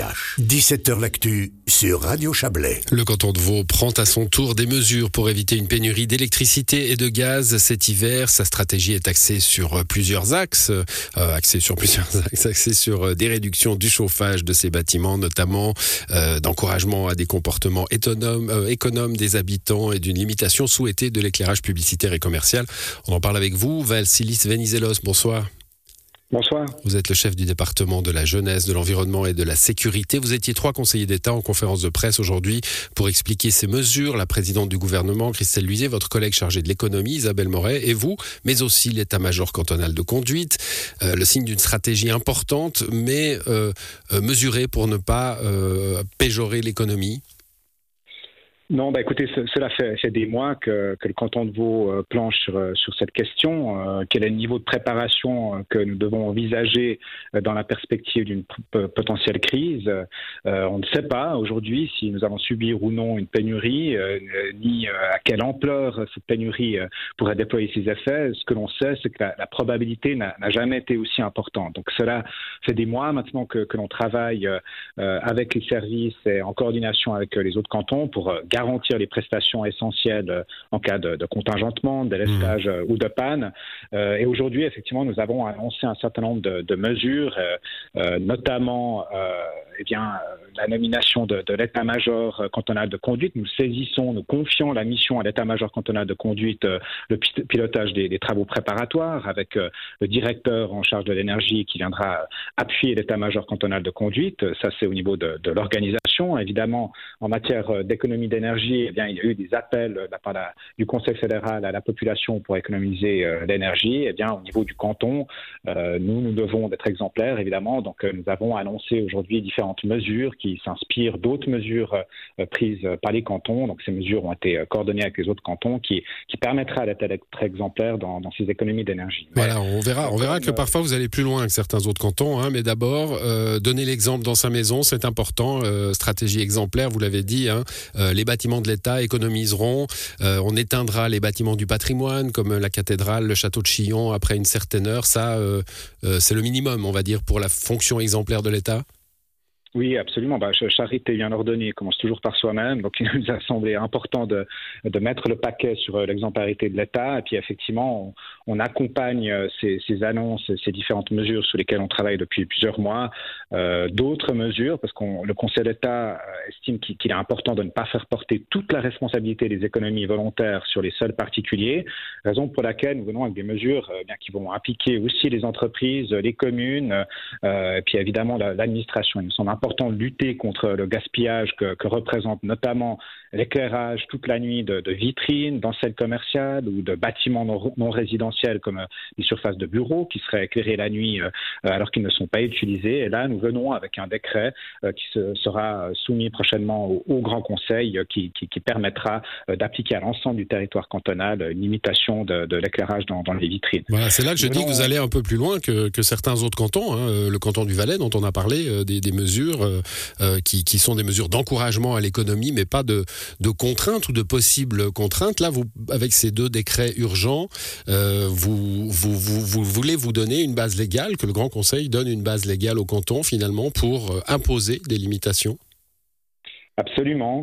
LCH. 17h l'actu sur Radio Chablais. Le canton de Vaud prend à son tour des mesures pour éviter une pénurie d'électricité et de gaz cet hiver. Sa stratégie est axée sur plusieurs axes, axée sur des réductions du chauffage de ces bâtiments, notamment d'encouragement à des comportements économes des habitants et d'une limitation souhaitée de l'éclairage publicitaire et commercial. On en parle avec vous, Valsilis Venizelos, bonsoir. Bonsoir. Vous êtes le chef du département de la jeunesse, de l'environnement et de la sécurité. Vous étiez 3 conseillers d'État en conférence de presse aujourd'hui pour expliquer ces mesures. La présidente du gouvernement, Christelle Luizet, votre collègue chargé de l'économie, Isabelle Moret, et vous, mais aussi l'état-major cantonal de conduite. Le signe d'une stratégie importante, mais mesurée pour ne pas péjorer l'économie. Non, écoutez, cela fait des mois que le canton de Vaud planche sur cette question. Quel est le niveau de préparation que nous devons envisager dans la perspective d'une potentielle crise? On ne sait pas aujourd'hui si nous allons subir ou non une pénurie, ni à quelle ampleur cette pénurie pourrait déployer ses effets. Ce que l'on sait, c'est que la probabilité n'a jamais été aussi importante. Donc cela fait des mois maintenant que l'on travaille avec les services et en coordination avec les autres cantons pour garantir les prestations essentielles en cas de contingentement, de délestage ou de panne. Et aujourd'hui, effectivement, nous avons annoncé un certain nombre de mesures, notamment la nomination de l'état-major cantonal de conduite. Nous confions la mission à l'état-major cantonal de conduite, le pilotage des travaux préparatoires avec le directeur en charge de l'énergie qui viendra appuyer l'état-major cantonal de conduite. Ça, c'est au niveau de l'organisation. Évidemment, en matière d'économie d'énergie, il y a eu des appels de la part du Conseil fédéral à la population pour économiser l'énergie. Au niveau du canton, nous devons être exemplaires, évidemment. Donc, nous avons annoncé aujourd'hui différentes mesures qui s'inspirent d'autres mesures prises par les cantons. Donc, ces mesures ont été coordonnées avec les autres cantons qui permettra d'être exemplaires dans ces économies d'énergie. Voilà, on verra que parfois vous allez plus loin que certains autres cantons, mais d'abord, donner l'exemple dans sa maison, c'est important. Stratégie exemplaire, vous l'avez dit, les bâtiments de l'État économiseront. On éteindra les bâtiments du patrimoine, comme la cathédrale, le château de Chillon, après une certaine heure. Ça, c'est le minimum, on va dire, pour la fonction exemplaire de l'État. Oui, absolument. Charité bien ordonnée commence toujours par soi-même. Donc, il nous a semblé important de mettre le paquet sur l'exemplarité de l'État. Et puis, effectivement, on accompagne ces annonces, ces différentes mesures sur lesquelles on travaille depuis plusieurs mois. D'autres mesures, parce que le Conseil d'État estime qu'il est important de ne pas faire porter toute la responsabilité des économies volontaires sur les seuls particuliers. Raison pour laquelle nous venons avec des mesures qui vont impliquer aussi les entreprises, les communes, et puis évidemment l'administration. Il nous semble important de lutter contre le gaspillage que représente notamment l'éclairage toute la nuit de vitrines, d'enseignes commerciales ou de bâtiments non résidentiels comme les surfaces de bureaux qui seraient éclairées la nuit alors qu'ils ne sont pas utilisés. Et là, nous venons avec un décret qui sera soumis prochainement au Grand Conseil qui permettra d'appliquer à l'ensemble du territoire cantonal une limitation de l'éclairage dans les vitrines. Voilà, c'est là que je dis que vous allez un peu plus loin que certains autres cantons. Le canton du Valais, dont on a parlé, des mesures qui sont des mesures d'encouragement à l'économie, mais pas de contraintes ou de possibles contraintes. Là, vous, avec ces 2 décrets urgents, vous voulez vous donner une base légale, que le Grand Conseil donne une base légale au canton, finalement, pour imposer des limitations? Absolument.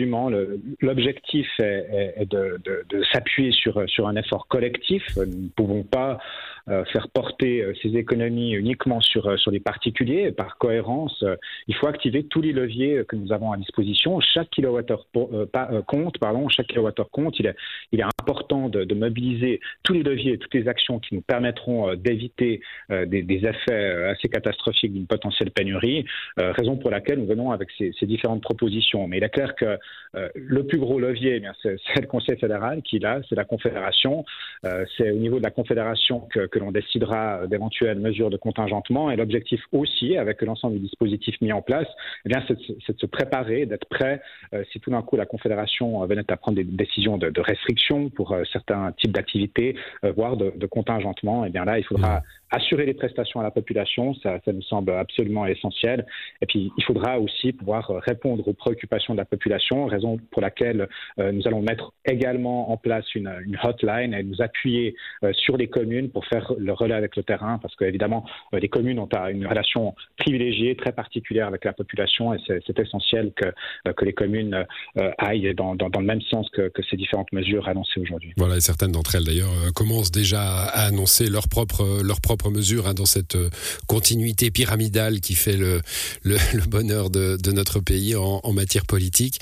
L'objectif est de s'appuyer sur un effort collectif. Nous ne pouvons pas faire porter ces économies uniquement sur les particuliers. Par cohérence, il faut activer tous les leviers que nous avons à disposition. Chaque kilowattheure compte. Chaque kilowattheure compte. Il est important de mobiliser tous les leviers et toutes les actions qui nous permettront d'éviter des effets assez catastrophiques d'une potentielle pénurie. Raison pour laquelle nous venons avec ces différentes propositions. Mais il est clair que le plus gros levier, c'est le Conseil fédéral qui l'a, c'est la Confédération. C'est au niveau de la Confédération que l'on décidera d'éventuelles mesures de contingentement. Et l'objectif aussi, avec l'ensemble du dispositif mis en place, c'est de se préparer, d'être prêt si tout d'un coup la Confédération venait à prendre des décisions de restriction pour certains types d'activités, voire de contingentement. Et bien là, il faudra assurer les prestations à la population, ça nous semble absolument essentiel. Et puis, il faudra aussi pouvoir répondre aux préoccupations de la population, raison pour laquelle nous allons mettre également en place une hotline et nous appuyer sur les communes pour faire le relais avec le terrain, parce qu'évidemment, les communes ont une relation privilégiée, très particulière avec la population, et c'est essentiel que les communes aillent dans le même sens que ces différentes mesures annoncées aujourd'hui. Voilà, et certaines d'entre elles d'ailleurs commencent déjà à annoncer leurs propres mesures dans cette continuité pyramidale qui fait le bonheur de notre pays en matière politique.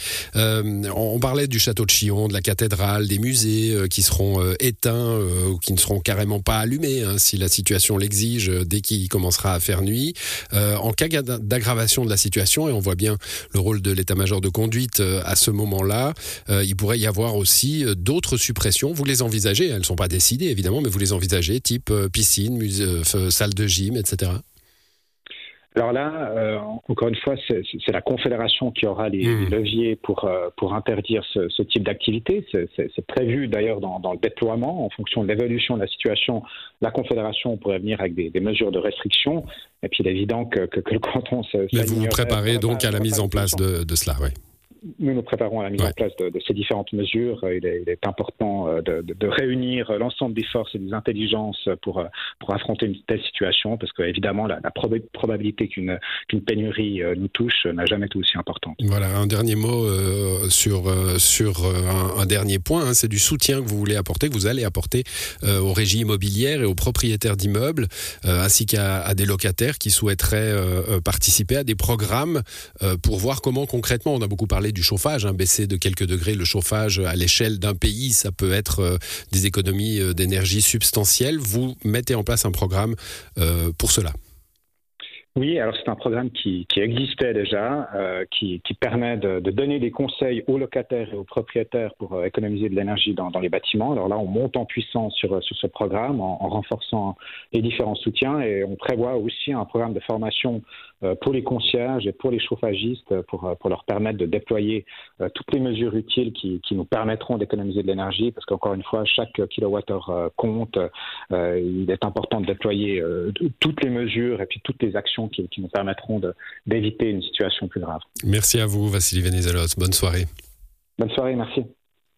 On parlait du château de Chillon, de la cathédrale, des musées qui seront éteints ou qui ne seront carrément pas allumés si la situation l'exige dès qu'il commencera à faire nuit. En cas d'aggravation de la situation, et on voit bien le rôle de l'état-major de conduite à ce moment-là, il pourrait y avoir aussi d'autres suppressions. Vous les envisagez, elles ne sont pas décidées évidemment, mais vous les envisagez, type piscine, salle de gym, etc. Alors là, encore une fois, c'est la Confédération qui aura les leviers pour interdire ce type d'activité. C'est prévu d'ailleurs dans le déploiement. En fonction de l'évolution de la situation, la Confédération pourrait venir avec des mesures de restriction. Et puis il est évident que le canton... Mais vous vous préparez donc à la mise en place de cela, oui. Nous préparons à la mise en place de ces différentes mesures. Il est important de réunir l'ensemble des forces et des intelligences pour affronter une telle situation, parce qu'évidemment, la probabilité qu'une pénurie nous touche n'a jamais été aussi importante. Voilà, un dernier mot sur un dernier point. C'est du soutien que vous voulez apporter, que vous allez apporter aux régies immobilières et aux propriétaires d'immeubles, ainsi qu'à des locataires qui souhaiteraient participer à des programmes pour voir comment concrètement, on a beaucoup parlé du chauffage, baisser de quelques degrés le chauffage à l'échelle d'un pays, ça peut être des économies d'énergie substantielles. Vous mettez en place un programme pour cela. Oui, alors c'est un programme qui existait déjà, qui permet de donner des conseils aux locataires et aux propriétaires pour économiser de l'énergie dans les bâtiments. Alors là, on monte en puissance sur ce programme en renforçant les différents soutiens, et on prévoit aussi un programme de formation pour les concierges et pour les chauffagistes pour leur permettre de déployer toutes les mesures utiles qui nous permettront d'économiser de l'énergie, parce qu'encore une fois, chaque kilowattheure compte. Il est important de déployer toutes les mesures et puis toutes les actions qui nous permettront d'éviter une situation plus grave. Merci à vous, Vassili Venizelos. Bonne soirée. Bonne soirée, merci.